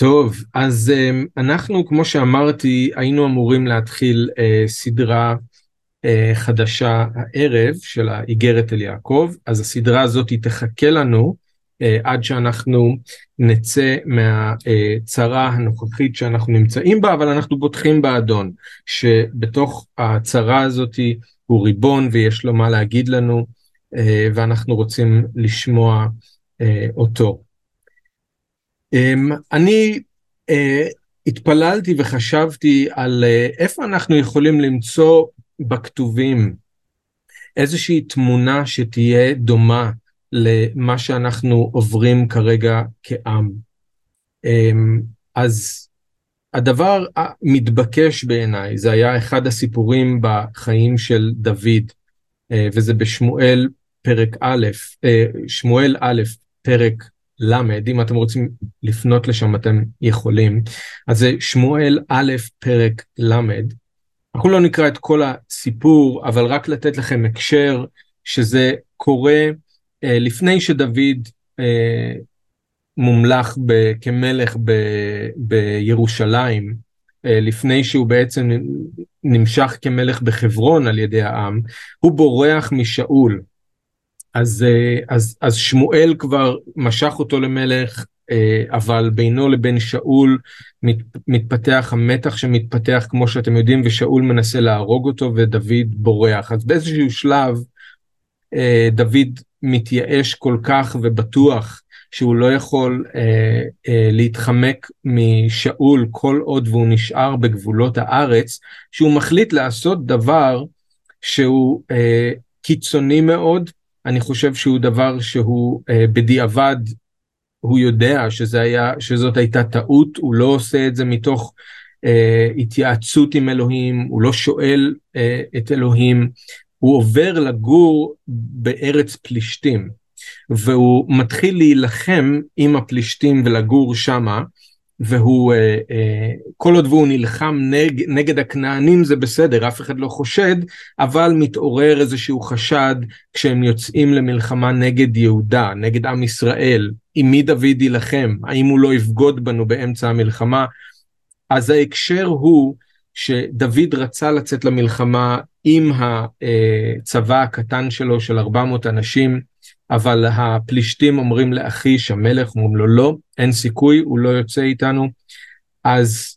טוב, אז אנחנו, כמו שאמרתי, היינו אמורים להתחיל סדרה חדשה הערב של האיגרת אל יעקב, אז הסדרה הזאת היא תחכה לנו עד שאנחנו נצא מהצרה הנוכחית שאנחנו נמצאים בה, אבל אנחנו בוטחים באדון, שבתוך הצרה הזאת הוא ריבון ויש לו מה להגיד לנו, ואנחנו רוצים לשמוע אותו. אני התפללתי וחשבתי על איפה אנחנו יכולים למצוא בכתובים איזושהי תמונה שתהיה דומה למה שאנחנו עוברים כרגע כעם. אז הדבר המתבקש בעיניי, זה היה אחד הסיפורים בחיים של דוד, וזה בשמואל פרק א', שמואל א', פרק למד, אם אתם רוצים לפנות לשם אתם יכולים, אז זה שמואל א' פרק למד. אנחנו לא נקרא את כל הסיפור, אבל רק לתת לכם הקשר שזה קורה לפני שדוד מומלך כמלך בירושלים, לפני שהוא בעצם נמשך כמלך בחברון על ידי העם, הוא בורח משאול. אז שמואל כבר משך אותו למלך, אבל בינו לבין שאול מתפתח המתח שמתפתח כמו שאתם יודעים, ושאול מנסה להרוג אותו ודוד בורח. אז באיזשהו שלב דוד מתייאש כל כך ובטוח שהוא לא יכול להתחמק משאול כל עוד והוא נשאר בגבולות הארץ, שהוא מחליט לעשות דבר שהוא קיצוני מאוד. אני חושב שהוא דבר שהוא בדיעבד, הוא יודע שזאת הייתה טעות, הוא לא עושה את זה מתוך התייעצות עם אלוהים, הוא לא שואל את אלוהים, הוא עובר לגור בארץ פלישתים, והוא מתחיל להילחם עם הפלישתים ולגור שמה, והוא, כל עוד והוא נלחם נגד הכנענים זה בסדר, אף אחד לא חושד, אבל מתעורר איזשהו חשד כשהם יוצאים למלחמה נגד יהודה, נגד עם ישראל, עם מי דוד ילחם, האם הוא לא יבגוד בנו באמצע המלחמה. אז ההקשר הוא שדוד רצה לצאת למלחמה עם הצבא הקטן שלו של 400 אנשים, אבל הפלישתים אומרים לאחיש המלך, אומרים לו לא, אין סיכוי, הוא לא יוצא איתנו. אז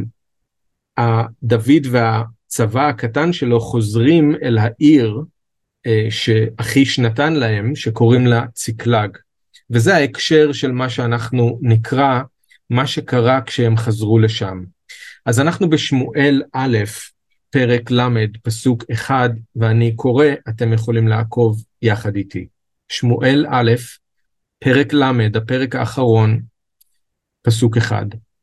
דוד והצבא הקטן שלו חוזרים אל העיר שאחיש נתן להם, שקוראים לה ציקלג. וזה ההקשר של מה שאנחנו נקרא, מה שקרה כשהם חזרו לשם. אז אנחנו בשמואל א', פרק למד, פסוק 1, ואני קורא, אתם יכולים לעקוב יחד איתי. שמואל א', פרק למד, הפרק האחרון, פסוק 1.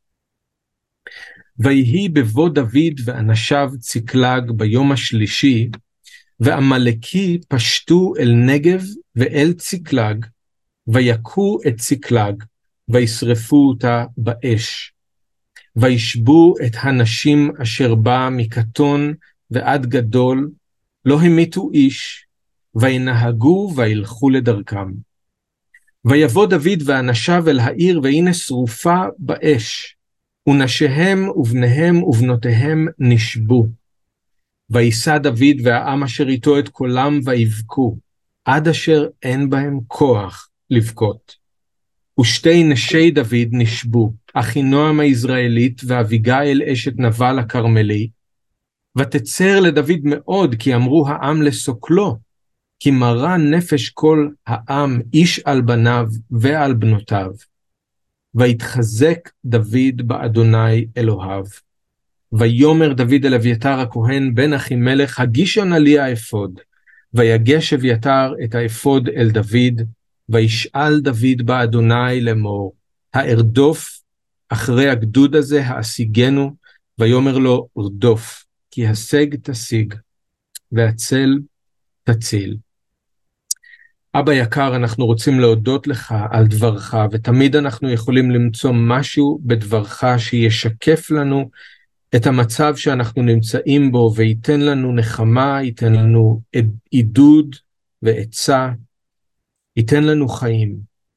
ויהי בבוא דוד ואנשיו ציקלג ביום השלישי, ועמלקי פשטו אל נגב ואל ציקלג, ויקו את ציקלג, וישרפו אותה באש. וישבו את הנשים אשר בא מקטון ועד גדול, לא המיתו איש, וינהגו וילכו לדרכם. ויבוא דוד ואנשיו אל העיר, והנה שרופה באש, ונשיהם ובניהם ובנותיהם נשבו. וישא דוד והעם אשר איתו את קולם ויבכו, עד אשר אין בהם כוח לבכות. ושתי נשי דוד נשבו, אחינועם היזרעאלית ואביגיל אשת נבל הכרמלי. ותצר לדוד מאוד, כי אמרו העם לסוקלו, כי מרה נפש כל העם איש על בניו ועל בנותיו. ויתחזק דוד באדוני אלוהיו. ויאמר דוד אל אביתר הכהן בן אחימלך, הגישה נא לי האפוד. ויגש אביתר את האפוד אל דוד, וישאל דוד באדוני לאמור, הארדוף אחרי הגדוד הזה, האשיגנו? ויאמר לו, ארדוף, כי השג תשיג, והצל תציל. אבא יקר, אנחנו רוצים להודות לך על דברך, ותמיד אנחנו יכולים למצוא משהו בדברך שישקף לנו את המצב שאנחנו נמצאים בו, וייתן לנו נחמה, ייתן לנו עידוד ועצה, ייתן לנו חיים.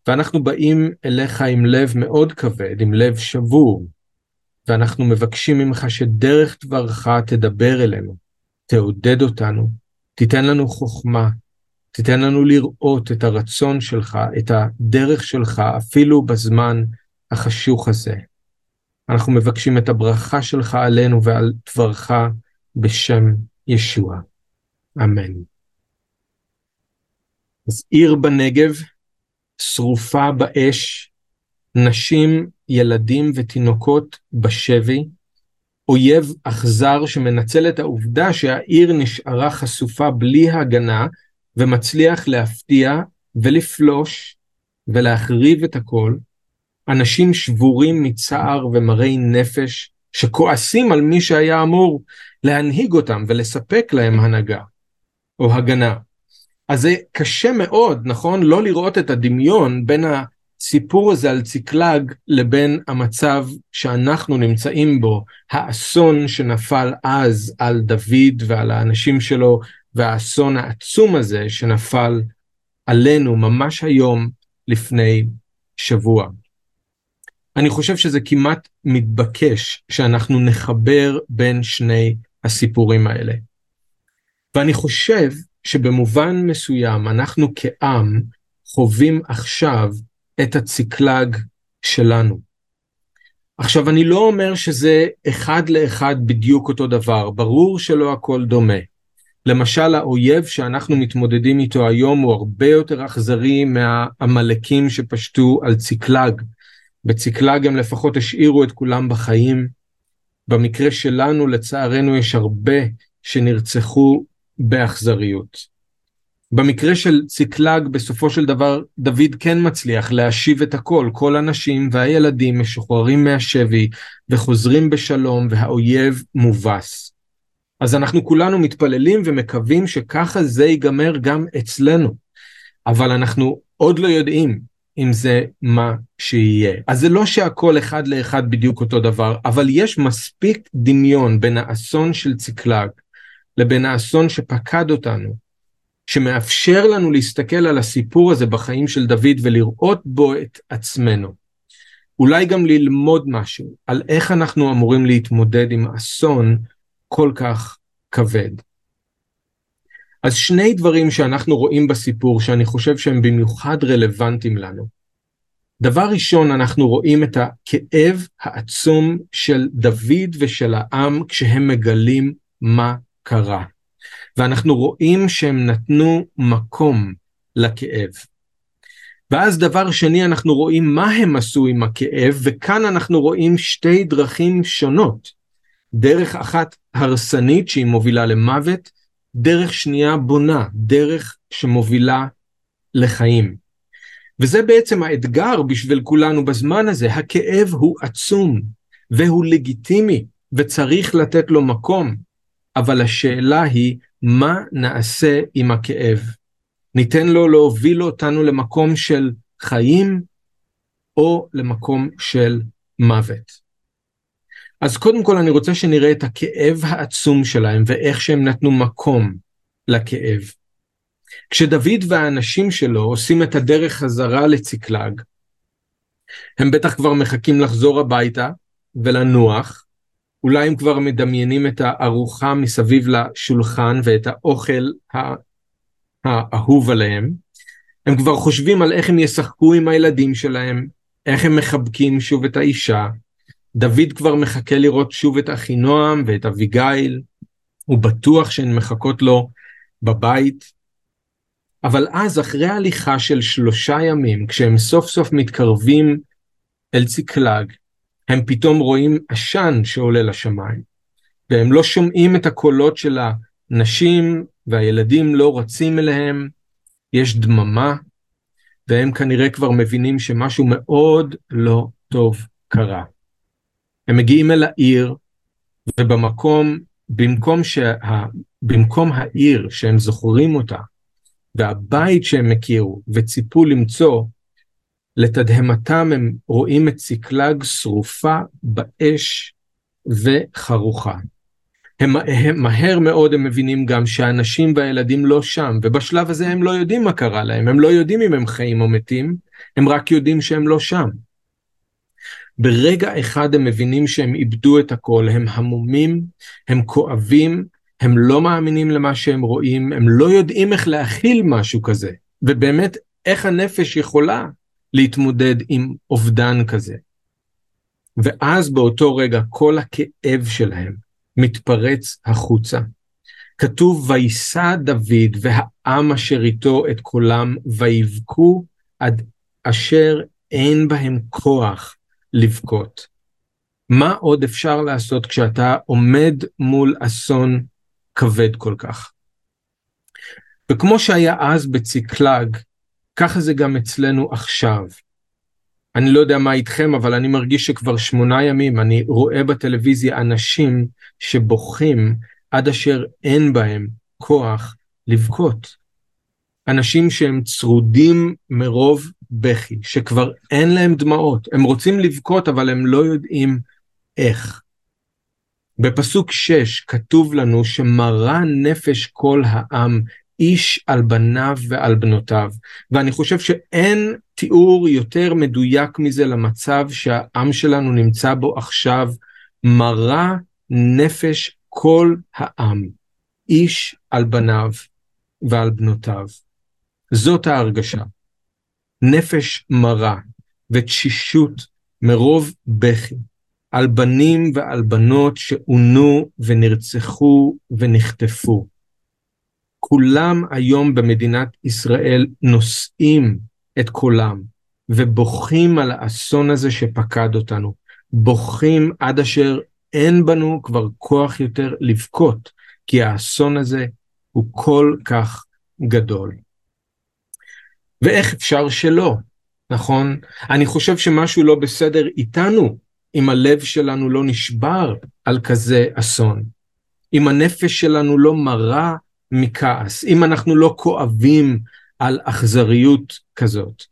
ואנחנו באים אליך עם לב מאוד כבד, עם לב שבור, ואנחנו מבקשים ממך שדרך דברך תדבר אלינו, תעודד אותנו, תיתן לנו חוכמה, תיתן לנו לראות את הרצון שלך, את הדרך שלך, אפילו בזמן החשוך הזה. אנחנו מבקשים את הברכה שלך עלינו ועל דברך בשם ישוע. אמן. אז עיר בנגב, שרופה באש, נשים, ילדים ותינוקות בשבי, אויב אכזר שמנצל את העובדה שהעיר נשארה חשופה בלי הגנה, ומצליח להפתיע ולפלוש ולהחריב את הכל, אנשים שבורים מצער ומראי נפש, שכועסים על מי שהיה אמור להנהיג אותם ולספק להם הנהגה או הגנה. אז זה קשה מאוד, נכון? לא לראות את הדמיון בין הסיפור הזה על ציקלג לבין המצב שאנחנו נמצאים בו, האסון שנפל אז על דוד ועל האנשים שלו, והאסון העצום הזה שנפל עלינו ממש היום לפני שבוע. אני חושב שזה כמעט מתבקש שאנחנו נחבר בין שני הסיפורים האלה. ואני חושב שבמובן מסוים אנחנו כעם חווים עכשיו את הציקלג שלנו. עכשיו אני לא אומר שזה אחד לאחד בדיוק אותו דבר, ברור שלא הכל דומה. למשל האויב שאנחנו מתמודדים איתו היום הוא הרבה יותר אכזרי מהעמלקים שפשטו על ציקלג. בציקלג הם לפחות השאירו את כולם בחיים. במקרה שלנו לצערנו יש הרבה שנרצחו באכזריות. במקרה של ציקלג בסופו של דבר דוד כן מצליח להשיב את הכל, כל הנשים והילדים משוחררים מהשבי וחוזרים בשלום והאויב מובס. אז אנחנו כולנו מתפללים ומקווים שככה זה ייגמר גם אצלנו, אבל אנחנו עוד לא יודעים אם זה מה שיהיה. אז זה לא שהכל אחד לאחד בדיוק אותו דבר, אבל יש מספיק דמיון בין האסון של ציקלג לבין האסון שפקד אותנו, שמאפשר לנו להסתכל על הסיפור הזה בחיים של דוד ולראות בו את עצמנו. אולי גם ללמוד משהו על איך אנחנו אמורים להתמודד עם אסון כל כך כבד. אז שני דברים שאנחנו רואים בסיפור שאני חושב שהם במיוחד רלוונטיים לנו. דבר ראשון, אנחנו רואים את הכאב העצום של דוד ושל העם כשהם מגלים מה קרה. ואנחנו רואים שהם נתנו מקום לכאב. ואז דבר שני, אנחנו רואים מה הם עשו עם הכאב, וכאן אנחנו רואים שתי דרכים שונות. דרך אחת הרסנית שהיא מובילה למוות, דרך שנייה בונה, דרך שמובילה לחיים. וזה בעצם האתגר בשביל כולנו בזמן הזה. הכאב הוא עצום והוא לגיטימי וצריך לתת לו מקום, אבל השאלה היא מה נעשה עם הכאב? ניתן לו להוביל אותנו למקום של חיים או למקום של מוות. אז קודם כל אני רוצה שנראה את הכאב העצום שלהם ואיך שהם נתנו מקום לכאב. כשדוד והאנשים שלו עושים את הדרך חזרה לציקלג, הם בטח כבר מחכים לחזור הביתה ולנוח, אולי הם כבר מדמיינים את הארוחה מסביב לשולחן ואת האוכל האהוב עליהם, הם כבר חושבים על איך הם ישחקו עם הילדים שלהם, איך הם מחבקים שוב את האישה, דוד כבר מחכה לראות שוב את אחינועם ואת אביגיל, הוא בטוח שהן מחכות לו בבית, אבל אז אחרי ההליכה של 3 ימים, כשהם סוף סוף מתקרבים אל ציקלג, הם פתאום רואים עשן שעולה לשמיים, והם לא שומעים את הקולות של הנשים, והילדים לא רצים אליהם, יש דממה, והם כנראה כבר מבינים שמשהו מאוד לא טוב קרה. הם מגיעים אל העיר, ובמקום, במקום העיר שהם זוכרים אותה, והבית שהם מכירו וציפו למצוא, לתדהמתם הם רואים את ציקלג שרופה באש וחרוכה. הם מהר מאוד הם מבינים גם שהאנשים והילדים לא שם, ובשלב הזה הם לא יודעים מה קרה להם, הם לא יודעים אם הם חיים או מתים, הם רק יודעים שהם לא שם. ברגע אחד הם מבינים שהם איבדו את הכל, הם המומים, הם כואבים, הם לא מאמינים למה שהם רואים, הם לא יודעים איך להכיל משהו כזה, ובאמת איך הנפש יכולה להתמודד עם אובדן כזה. ואז באותו רגע כל הכאב שלהם מתפרץ החוצה. כתוב וישא דוד והעם אשר איתו את קולם ויבכו עד אשר אין בהם כוח לבכות. מה עוד אפשר לעשות כשאתה עומד מול אסון כבד כל כך? וכמו שהיה אז בציקלג, ככה זה גם אצלנו עכשיו. אני לא יודע מה איתכם, אבל אני מרגיש שכבר 8 ימים אני רואה בטלוויזיה אנשים שבוכים עד אשר אין בהם כוח לבכות. אנשים שהם צרודים מרוב בכי, שכבר אין להם דמעות. הם רוצים לבכות, אבל הם לא יודעים איך. בפסוק 6 כתוב לנו שמרה נפש כל העם, איש על בניו ועל בנותיו. ואני חושב שאין תיאור יותר מדויק מזה למצב שהעם שלנו נמצא בו עכשיו. מרה נפש כל העם, איש על בניו ועל בנותיו. זאת ההרגשה. נפש מרה ותשישות מרוב בכי, על בנים ועל בנות שעונו ונרצחו ונחטפו. כולם היום במדינת ישראל נושאים את קולם, ובוכים על האסון הזה שפקד אותנו. בוכים עד אשר אין בנו כבר כוח יותר לבכות, כי האסון הזה הוא כל כך גדול. ואיך אפשר שלא, נכון? אני חושב שמשהו לא בסדר איתנו, אם הלב שלנו לא נשבר על כזה אסון. אם הנפש שלנו לא מרה מכעס, אם אנחנו לא כואבים על אכזריות כזאת.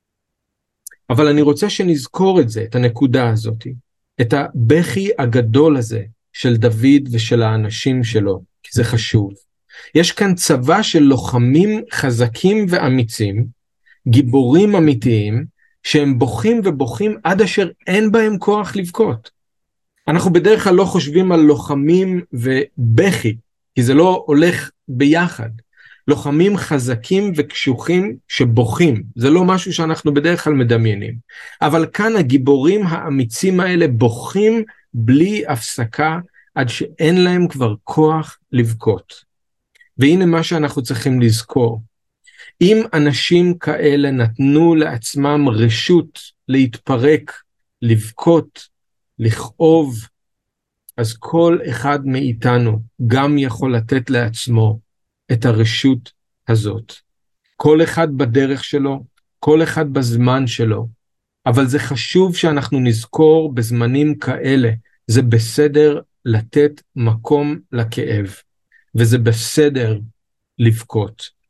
אבל אני רוצה שנזכור את זה, את הנקודה הזאת, את הבכי הגדול הזה של דוד ושל האנשים שלו, כי זה חשוב. יש כאן צבא של לוחמים חזקים ואמיצים, גיבורים אמיתיים, שהם בוכים ובוכים עד אשר אין בהם כוח לבכות. אנחנו בדרך כלל לא חושבים על לוחמים ובכי, כי זה לא הולך ביחד. לוחמים חזקים וקשוחים שבוכים, זה לא משהו שאנחנו בדרך כלל מדמיינים. אבל כאן הגיבורים האמיצים האלה בוכים בלי הפסקה, עד שאין להם כבר כוח לבכות. והנה מה שאנחנו צריכים לזכור. אם אנשים כאלה נתנו לעצמם רשות להתפרק, לבכות, לכאוב, אז כל אחד מאיתנו גם יכול לתת לעצמו את הרשות הזאת. כל אחד בדרך שלו, כל אחד בזמן שלו, אבל זה חשוב שאנחנו נזכור בזמנים כאלה, זה בסדר לתת מקום לכאב, וזה בסדר לבכות.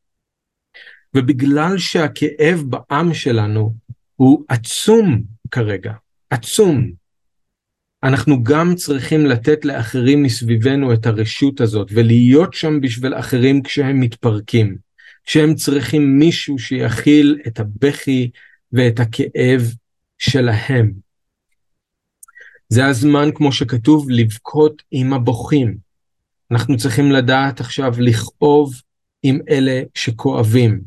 ובגלל שהכאב בעם שלנו הוא עצום כרגע, עצום, אנחנו גם צריכים לתת לאחרים מסביבנו את הרשות הזאת, ולהיות שם בשביל אחרים כשהם מתפרקים, כשהם צריכים מישהו שיכיל את הבכי ואת הכאב שלהם. זה הזמן, כמו שכתוב, לבכות עם הבוכים. אנחנו צריכים לדעת עכשיו לכאוב עם אלה שכואבים.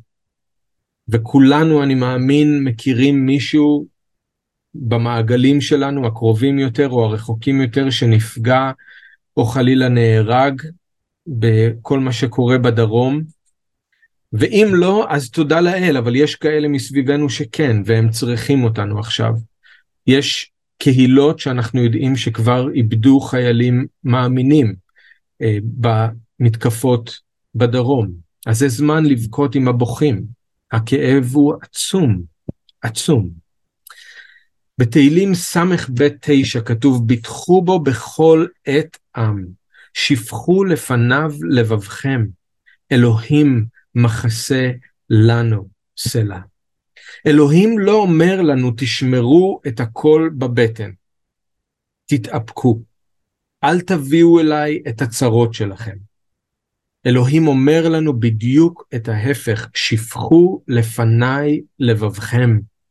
וכולנו, אני מאמין, מכירים מישהו במעגלים שלנו, הקרובים יותר או הרחוקים יותר, שנפגע או חלילה נהרג בכל מה שקורה בדרום. ואם לא, אז תודה לאל, אבל יש כאלה מסביבנו שכן, והם צריכים אותנו עכשיו. יש קהילות שאנחנו יודעים שכבר איבדו חיילים מאמינים במתקפות בדרום. אז זה זמן לבכות עם הבוכים. הכאב הוא עצום, עצום. בתהילים ס"ב 9 כתוב, ביטחו בו בכל עת עם, שפכו לפניו לבבכם, אלוהים מחסה לנו סלע. אלוהים לא אומר לנו, תשמרו את הכל בבטן, תתאפקו, אל תביאו אליי את הצרות שלכם. אלוהים אומר לנו בדיוק את ההפך, שפכו לפניי לבבכם,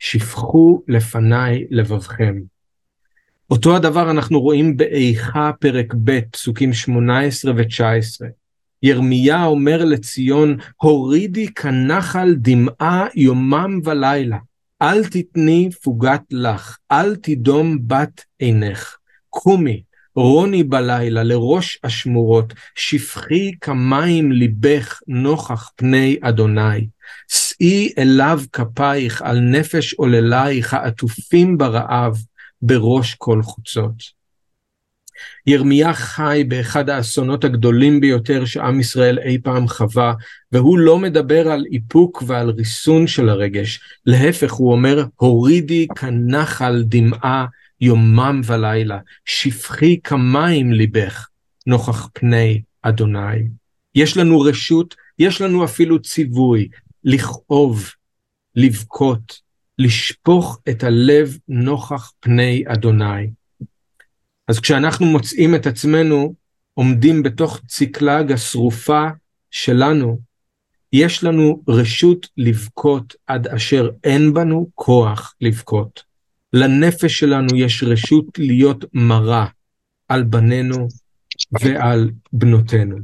שפכו לפניי לבבכם. אותו הדבר אנחנו רואים באיכה פרק ב' פסוקים 18 ו-19. ירמיה אומר לציון, הורידי כנחל דמעה יומם ולילה, אל תתני פוגת לך, אל תדום בת עינך. קומי, רוני בלילה לראש השמורות, שפכי כמים ליבך נוכח פני אדוני. שאי אליו כפייך על נפש עוללייך העטופים ברעב בראש כל חוצות. ירמיה חי באחד האסונות הגדולים ביותר שעם ישראל אי פעם חווה, והוא לא מדבר על איפוק ועל ריסון של הרגש. להפך, הוא אומר, הורידי כנחל דמעה יומם ולילה, שפכי כמים ליבך נוכח פני אדוני. יש לנו רשות, יש לנו אפילו ציווי, לכאוב, לבכות, לשפוך את הלב נוכח פני אדוני. אז כשאנחנו מוצאים את עצמנו עומדים בתוך ציקלג השרופה שלנו, יש לנו רשות לבכות עד אשר אין בנו כוח לבכות. לנפש שלנו יש רשות להיות מרה על בנינו ועל בנותינו.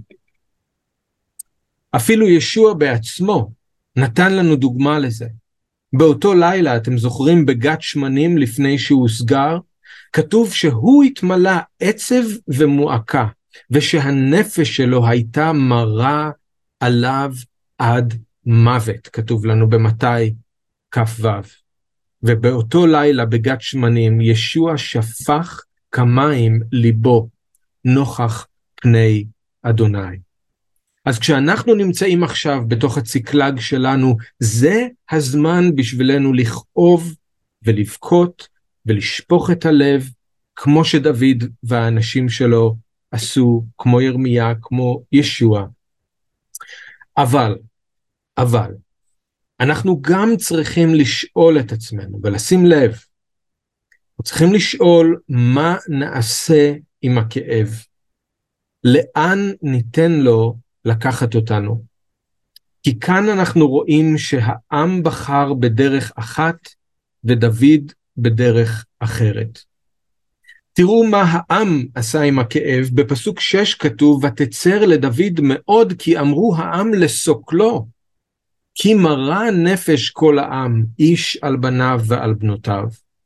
אפילו ישוע בעצמו נתן לנו דוגמה לזה. באותו לילה, אתם זוכרים, בגת שמנים לפני שהוא סגר, כתוב שהוא התמלא עצב ומועקה, ושהנפש שלו הייתה מרה עליו עד מוות, כתוב לנו במתי כ"ו. ובאותו לילה בגת שמנים, ישוע שפך כמים ליבו נוכח פני אדוני. אז כשאנחנו נמצאים עכשיו בתוך הציקלג שלנו, זה הזמן בשבילנו לכאוב ולבכות ולשפוך את הלב, כמו שדוד והאנשים שלו עשו, כמו ירמיה, כמו ישוע. אבל, אנחנו גם צריכים לשאול את עצמנו, ולשים לב, אנחנו צריכים לשאול מה נעשה עם הכאב, לאן ניתן לו לקחת אותנו. כי כאן אנחנו רואים שהעם בחר בדרך אחת, ודוד בדרך אחרת. תראו מה העם עשה עם הכאב. בפסוק 6 כתוב, ותצר לדוד מאוד, כי אמרו העם לסוקלו, כי מרה נפש כל העם, איש על בניו ועל בנותיו.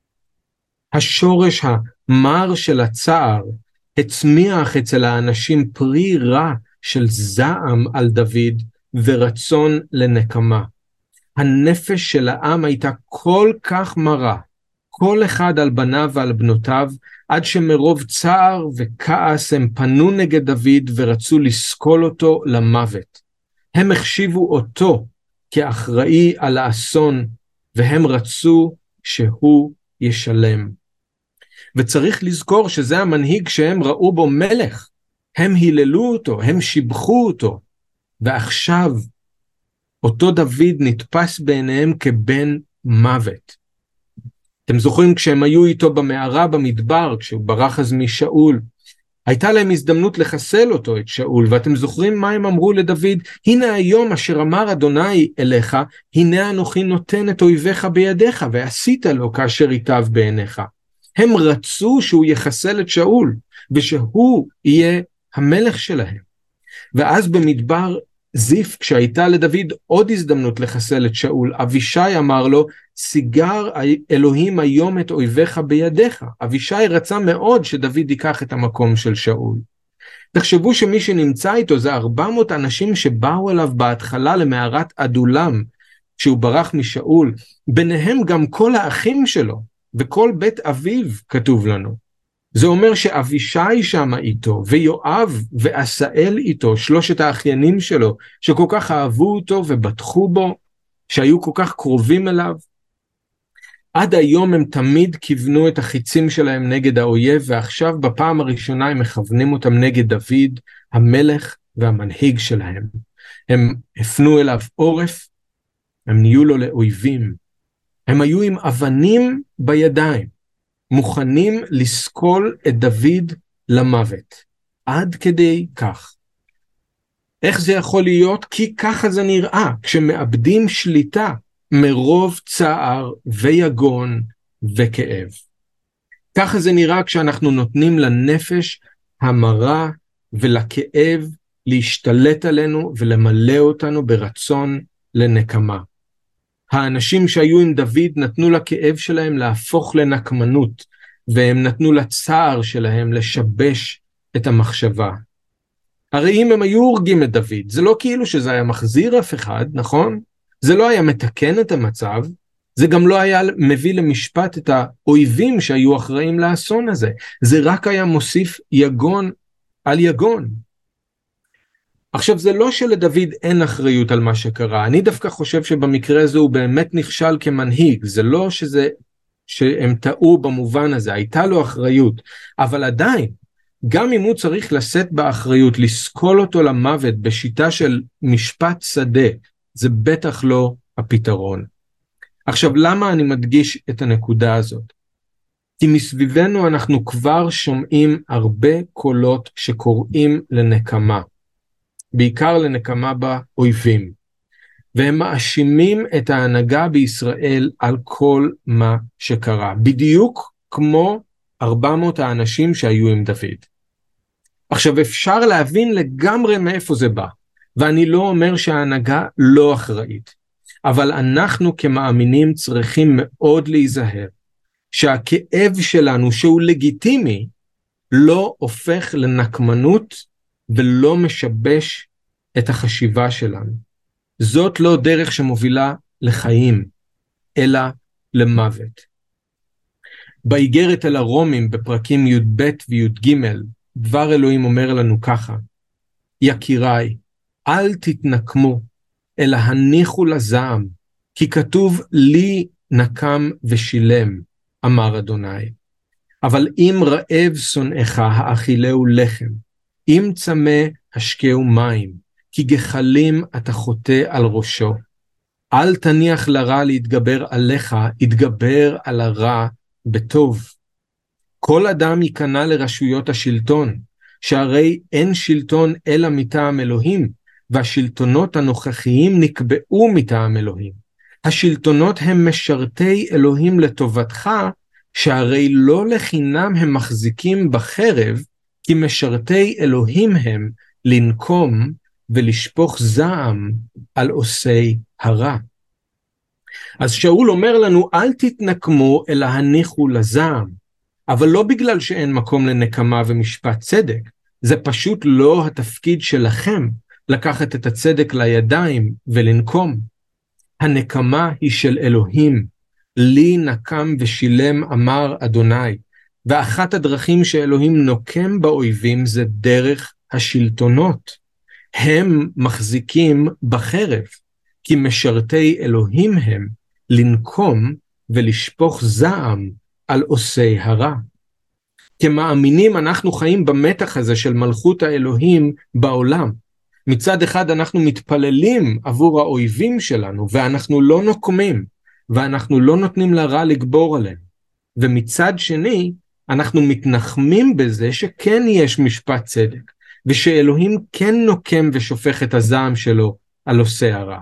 השורש המר של הצער הצמיח אצל האנשים פרי רע של זעם על דוד ורצון לנקמה. הנפש של העם הייתה כל כך מרה, כל אחד על בניו ועל בנותיו, עד שמרוב צער וכעס הם פנו נגד דוד ורצו לסקול אותו למוות. הם החשיבו אותו כאחראי על האסון, והם רצו שהוא ישלם. וצריך לזכור שזה המנהיג שהם ראו בו מלך. הם היללו אותו, הם שיבחו אותו, ועכשיו אותו דוד נתפס בעיניהם כבן מוות. אתם זוכרים כשהם היו איתו במערה במדבר, כשהוא ברח אז משאול, הייתה להם הזדמנות לחסל אותו, את שאול, ואתם זוכרים מה הם אמרו לדוד? הנה היום אשר אמר אדוני אליך, הנה אנוכי נותן את אויביך בידיך, ועשית לו כאשר ייטב בעיניך. הם רצו שהוא יחסל את שאול, ושהוא יהיה המלך שלהם. ואז במדבר זיף, כשהייתה לדוד עוד הזדמנות לחסל את שאול, אבישי אמר לו, סיגר אלוהים היום את אויביך בידיך. אבישי רצה מאוד שדוד ייקח את המקום של שאול. תחשבו שמי שנמצא איתו זה 400 אנשים שבאו אליו בהתחלה למערת אדולם, כשהוא ברח משאול, ביניהם גם כל האחים שלו, וכל בית אביו כתוב לנו. זה אומר שאבישי שם איתו, ויואב ועשאל איתו, 3 האחיינים שלו, שכל כך אהבו אותו ובטחו בו, שהיו כל כך קרובים אליו. עד היום הם תמיד כיוונו את החיצים שלהם נגד האויב, ועכשיו בפעם הראשונה הם מכוונים אותם נגד דוד, המלך והמנהיג שלהם. הם הפנו אליו עורף, הם נהיו לו לאויבים. הם היו עם אבנים בידיים, מוכנים לסקול את דוד למוות. עד כדי כך. איך זה יכול להיות? כי ככה זה נראה. כשמאבדים שליטה, מרוב צער ויגון וכאב. ככה זה נראה כשאנחנו נותנים לנפש המרה ולכאב להשתלט עלינו ולמלא אותנו ברצון לנקמה. האנשים שהיו עם דוד נתנו לכאב שלהם להפוך לנקמנות, והם נתנו לצער שלהם לשבש את המחשבה. הרי אם הם היו הורגים את דוד, זה לא כאילו שזה היה מחזיר אף אחד, נכון? זה לא היה מתקן את המצב, זה גם לא היה מביא למשפט את האויבים שהיו אחראים לאסון הזה. זה רק היה מוסיף יגון על יגון. עכשיו, זה לא שלדוד אין אחריות על מה שקרה. אני דווקא חושב שבמקרה הזה הוא באמת נכשל כמנהיג. זה לא שהם טעו במובן הזה, הייתה לו אחריות. אבל עדיין, גם אם הוא צריך לשאת באחריות, לסקול אותו למוות בשיטה של משפט שדה, זה בטח לא הפתרון. עכשיו, למה אני מדגיש את הנקודה הזאת? כי מסביבנו אנחנו כבר שומעים הרבה קולות שקוראים לנקמה, בעיקר לנקמה באויבים, והם מאשימים את ההנהגה בישראל על כל מה שקרה, בדיוק כמו 400 האנשים שהיו עם דוד. עכשיו, אפשר להבין לגמרי מאיפה זה בא, ואני לא אומר שההנהגה לא אחראית, אבל אנחנו כמאמינים צריכים מאוד להיזהר, שהכאב שלנו שהוא לגיטימי, לא הופך לנקמנות ולא משבש את החשיבה שלנו. זאת לא דרך שמובילה לחיים, אלא למוות. באיגרת אל הרומים בפרקים י"ב וי"ג, דבר אלוהים אומר לנו ככה: יקיריי, אל תתנקמו, אלא הניחו לזעם, כי כתוב לי נקם ושילם, אמר אדוני. אבל אם רעב שונאך האכילהו לחם, אם צמא השקהו מים, כי גחלים אתה חוטא על ראשו. אל תניח לרע להתגבר עליך, יתגבר על הרע בטוב. כל אדם ייכנע לרשויות השלטון, שהרי אין שלטון אלא מטעם אלוהים, והשלטונות הנוכחיים נקבעו מטעם אלוהים. השלטונות הם משרתי אלוהים לטובתך, שהרי לא לחינם הם מחזיקים בחרב, כי משרתי אלוהים הם לנקום ולשפוך זעם על עושי הרע. אז שאול אומר לנו, אל תתנקמו אלא הניחו לזעם, אבל לא בגלל שאין מקום לנקמה ומשפט צדק, זה פשוט לא התפקיד שלכם לקחת את הצדק לידיים ולנקום. הנקמה היא של אלוהים, לי נקם ושילם אמר אדוני, ואחת הדרכים שאלוהים נוקם באויבים זה דרך השלטונות. הם מחזיקים בחרב, כי משרתי אלוהים הם לנקום ולשפוך זעם על עושי הרע. כמאמינים אנחנו חיים במתח הזה של מלכות האלוהים בעולם. מצד אחד אנחנו מתפללים עבור האויבים שלנו, ואנחנו לא נוקמים, ואנחנו לא נותנים לרע לגבור עלינו. ומצד שני, אנחנו מתנחמים בזה שכן יש משפט צדק, ושאלוהים כן נוקם ושופך את הזעם שלו על עושי הרע.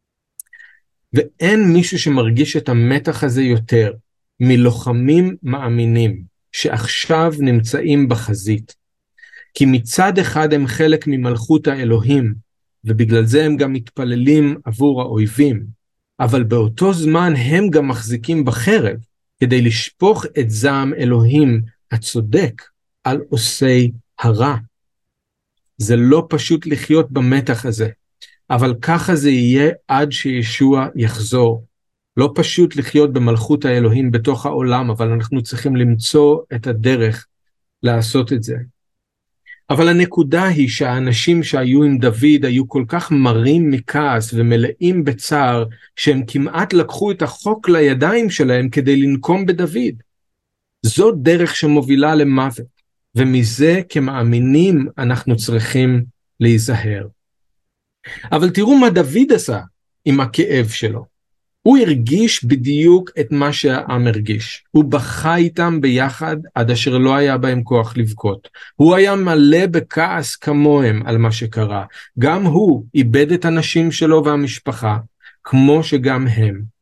ואין מישהו שמרגיש את המתח הזה יותר מלוחמים מאמינים שעכשיו נמצאים בחזית. כי מצד אחד הם חלק ממלכות האלוהים, ובגלל זה הם גם מתפללים עבור האויבים, אבל באותו זמן הם גם מחזיקים בחרב, כדי לשפוך את זעם אלוהים הצודק על עושי הרע. זה לא פשוט לחיות במתח הזה, אבל ככה זה יהיה עד שישוע יחזור. לא פשוט לחיות במלכות האלוהים בתוך העולם, אבל אנחנו צריכים למצוא את הדרך לעשות את זה. אבל הנקודה היא שהאנשים שהיו עם דוד היו כל כך מרים מכעס ומלאים בצער, שהם כמעט לקחו את החוק לידיים שלהם כדי לנקום בדוד. זו דרך שמובילה למוות, ומזה כמאמינים אנחנו צריכים להיזהר. אבל תראו מה דוד עשה עם הכאב שלו. הוא הרגיש בדיוק את מה שהעם הרגיש. הוא בכה איתם ביחד עד אשר לא היה בהם כוח לבכות. הוא היה מלא בכעס כמוהם על מה שקרה. גם הוא איבד את הנשים שלו והמשפחה, כמו שגם הם.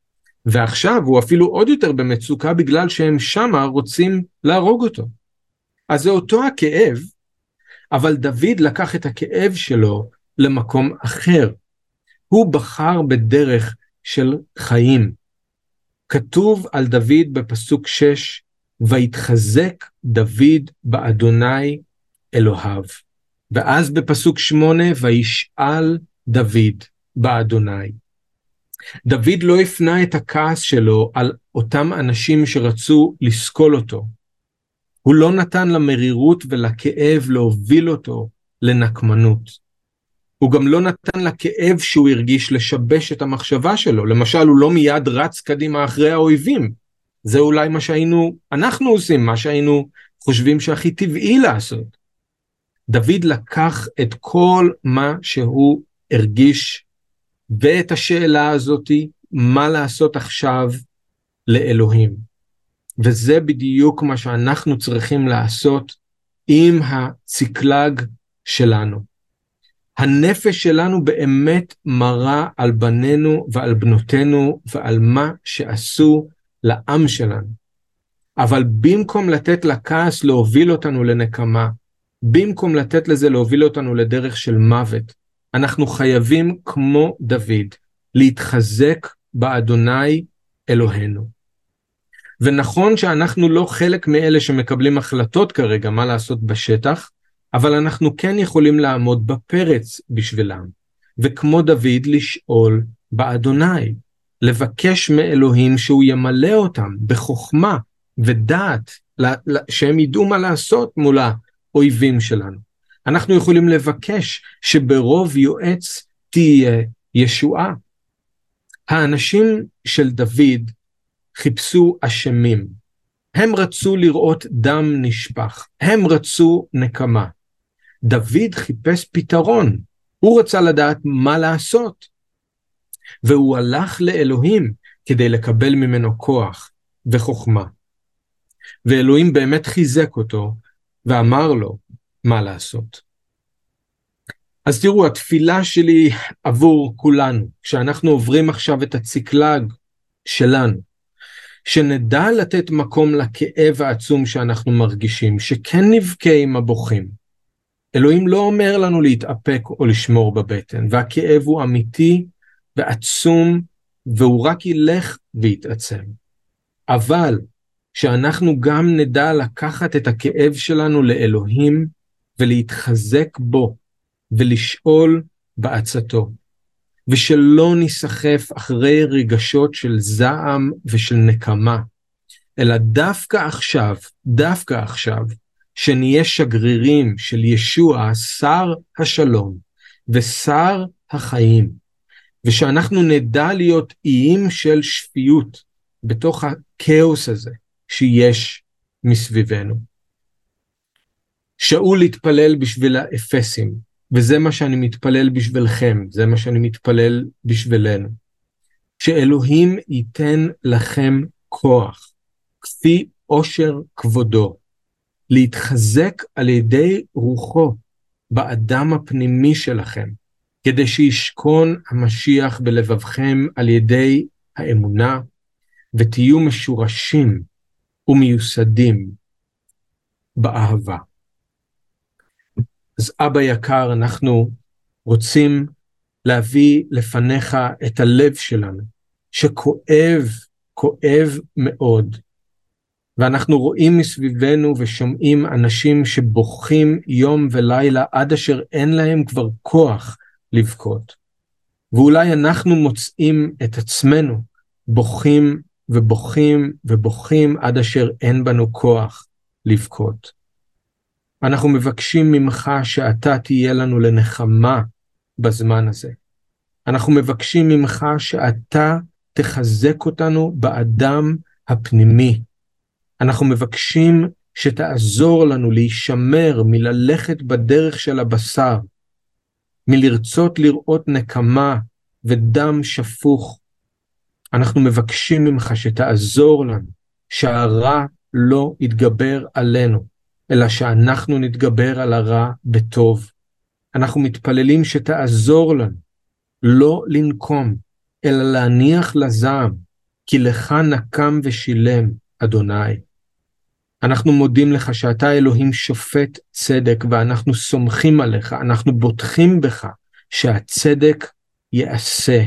ועכשיו הוא אפילו עוד יותר במצוקה בגלל שהם שמה רוצים להרוג אותו. אז זה אותו הכאב, אבל דוד לקח את הכאב שלו למקום אחר. הוא בחר בדרך של חיים. כתוב על דוד בפסוק 6, ויתחזק דוד באדוני אלוהיו. ואז בפסוק 8, וישאל דוד באדוני. דוד לא הפנה את הכעס שלו על אותם אנשים שרצו לסקול אותו. הוא לא נתן למרירות ולכאב להוביל אותו לנקמנות. הוא גם לא נתן לכאב שהוא הרגיש לשבש את המחשבה שלו. למשל, הוא לא מיד רץ קדימה אחרי האויבים. זה אולי מה אנחנו עושים, מה שהיינו חושבים שהכי טבעי לעשות. דוד לקח את כל מה שהוא הרגיש, ואת השאלה הזאת, מה לעשות עכשיו לאלוהים. וזה בדיוק מה שאנחנו צריכים לעשות עם הציקלג שלנו. הנפש שלנו באמת מראה על בנינו ועל בנותינו ועל מה שעשו לעם שלנו. אבל במקום לתת לכעס להוביל אותנו לנקמה, במקום לתת לזה להוביל אותנו לדרך של מוות, אנחנו חייבים כמו דוד להתחזק באדוני אלוהינו. ונכון שאנחנו לא חלק מאלה שמקבלים החלטות כרגע מה לעשות בשטח, אבל אנחנו כן יכולים לעמוד בפרץ בשבילם, וכמו דוד לשאול באדוני, לבקש מאלוהים שהוא ימלא אותם בחוכמה ודעת, שהם ידעו מה לעשות מול האויבים שלנו. אנחנו יכולים לבקש שברוב יועץ תהיה ישועה. האנשים של דוד חיפשו אשמים, הם רצו לראות דם נשפך, הם רצו נקמה. דוד חיפש פתרון, הוא רצה לדעת מה לעשות, והוא הלך לאלוהים כדי לקבל ממנו כוח וחוכמה. ואלוהים באמת חיזק אותו ואמר לו מה לעשות. אז תראו, התפילה שלי עבור כולנו, כשאנחנו עוברים עכשיו את הציקלג שלנו, שנדע לתת מקום לכאב העצום שאנחנו מרגישים, שכן נבכה עם הבוכים. אלוהים לא אומר לנו להתאפק או לשמור בבטן, והכאב הוא אמיתי ועצום, והוא רק ילך ויתעצם. אבל שאנחנו גם נדע לקחת את הכאב שלנו לאלוהים, ולהתחזק בו, ולשאול בעצתו, ושלא נסחף אחרי רגשות של זעם ושל נקמה, אלא דווקא עכשיו, שנהיה שגרירים של ישוע, שר השלום ושר החיים, ושאנחנו נדע להיות איים של שפיות בתוך הכאוס הזה שיש מסביבנו. שאול התפלל בשביל האפסים, וזה מה שאני מתפלל בשבילכם, זה מה שאני מתפלל בשבילנו. שאלוהים ייתן לכם כוח, כפי עושר כבודו, להתחזק על ידי רוחו באדם הפנימי שלכם, כדי שישכון המשיח בלבבכם על ידי האמונה, ותהיו משורשים ומיוסדים באהבה. אז אבא יקר, אנחנו רוצים להביא לפניך את הלב שלנו, כואב מאוד, ואנחנו רואים מסביבנו ושומעים אנשים שבוכים יום ולילה עד אשר אין להם כבר כוח לבכות. ואולי אנחנו מוצאים את עצמנו בוכים ובוכים ובוכים עד אשר אין בנו כוח לבכות. אנחנו מבקשים ממך שאתה תהיה לנו לנחמה בזמן הזה. אנחנו מבקשים ממך שאתה תחזק אותנו באדם הפנימי. אנחנו מבקשים שתעזור לנו להישמר מללכת בדרך של הבשר, מלרצות לראות נקמה ודם שפוך. אנחנו מבקשים ממך שתעזור לנו, שהרע לא יתגבר עלינו, אלא שאנחנו נתגבר על הרע בטוב. אנחנו מתפללים שתעזור לנו, לא לנקום, אלא להניח לזעם, כי לך נקם ושילם, אדוני. אנחנו מודים לך שאתה אלוהים שופט צדק, ואנחנו סומכים עליך, אנחנו בוטחים בך שהצדק יעשה.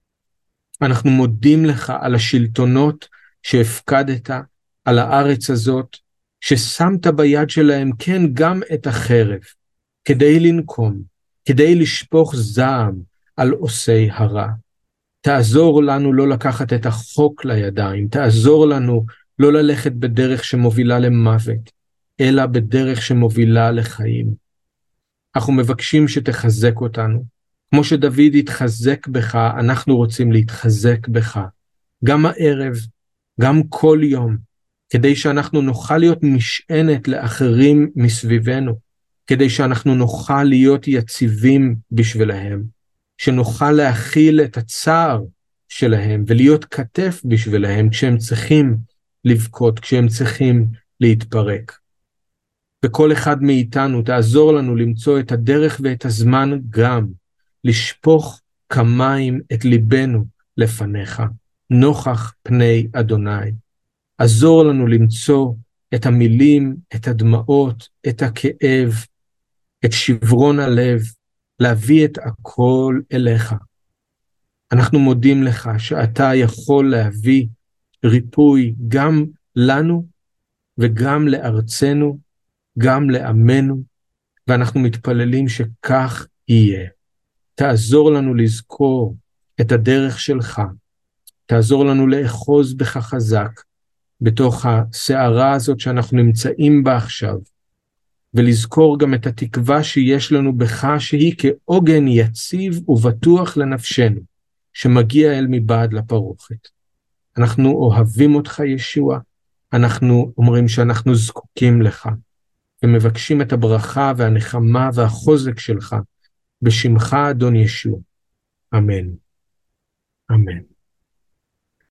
אנחנו מודים לך על השלטונות שהפקדת על הארץ הזאת, ששמת ביד שלהם, כן, גם את החרב, כדי לנקום, כדי לשפוך זעם על עושי הרע. תעזור לנו לא לקחת את החוק לידיים, תעזור לנו לא ללכת בדרך שמובילה למוות, אלא בדרך שמובילה לחיים. אנחנו מבקשים שתחזק אותנו. כמו שדוד התחזק בך, אנחנו רוצים להתחזק בך. גם הערב, גם כל יום, כדי שאנחנו נוכל להיות משענת לאחרים מסביבנו, כדי שאנחנו נוכל להיות יציבים בשבילהם, שנוכל להכיל את הצער שלהם ולהיות כתף בשבילהם כשהם צריכים לבכות, כשהם צריכים להתפרק. וכל אחד מאיתנו תעזור לנו למצוא את הדרך ואת הזמן גם לשפוך כמים את ליבנו לפניך, נוכח פני אדוני. עזור לנו למצוא את המילים, את הדמעות, את הכאב, את שברון הלב, להביא את הכל אליך. אנחנו מודים לך שאתה יכול להביא ריפוי גם לנו וגם לארצנו, גם לעמנו, ואנחנו מתפללים שכך יהיה. תעזור לנו לזכור את הדרך שלך, תעזור לנו לאחוז בך חזק, בתוך הסערה הזאת שאנחנו נמצאים בה עכשיו, ולזכור גם את התקווה שיש לנו בך, שהיא כעוגן יציב ובטוח לנפשנו, שמגיע אל מבעד לפרוכת. אנחנו אוהבים אותך ישוע, אנחנו אומרים שאנחנו זקוקים לך, ומבקשים את הברכה והנחמה והחוזק שלך, בשמך אדון ישוע. אמן. אמן.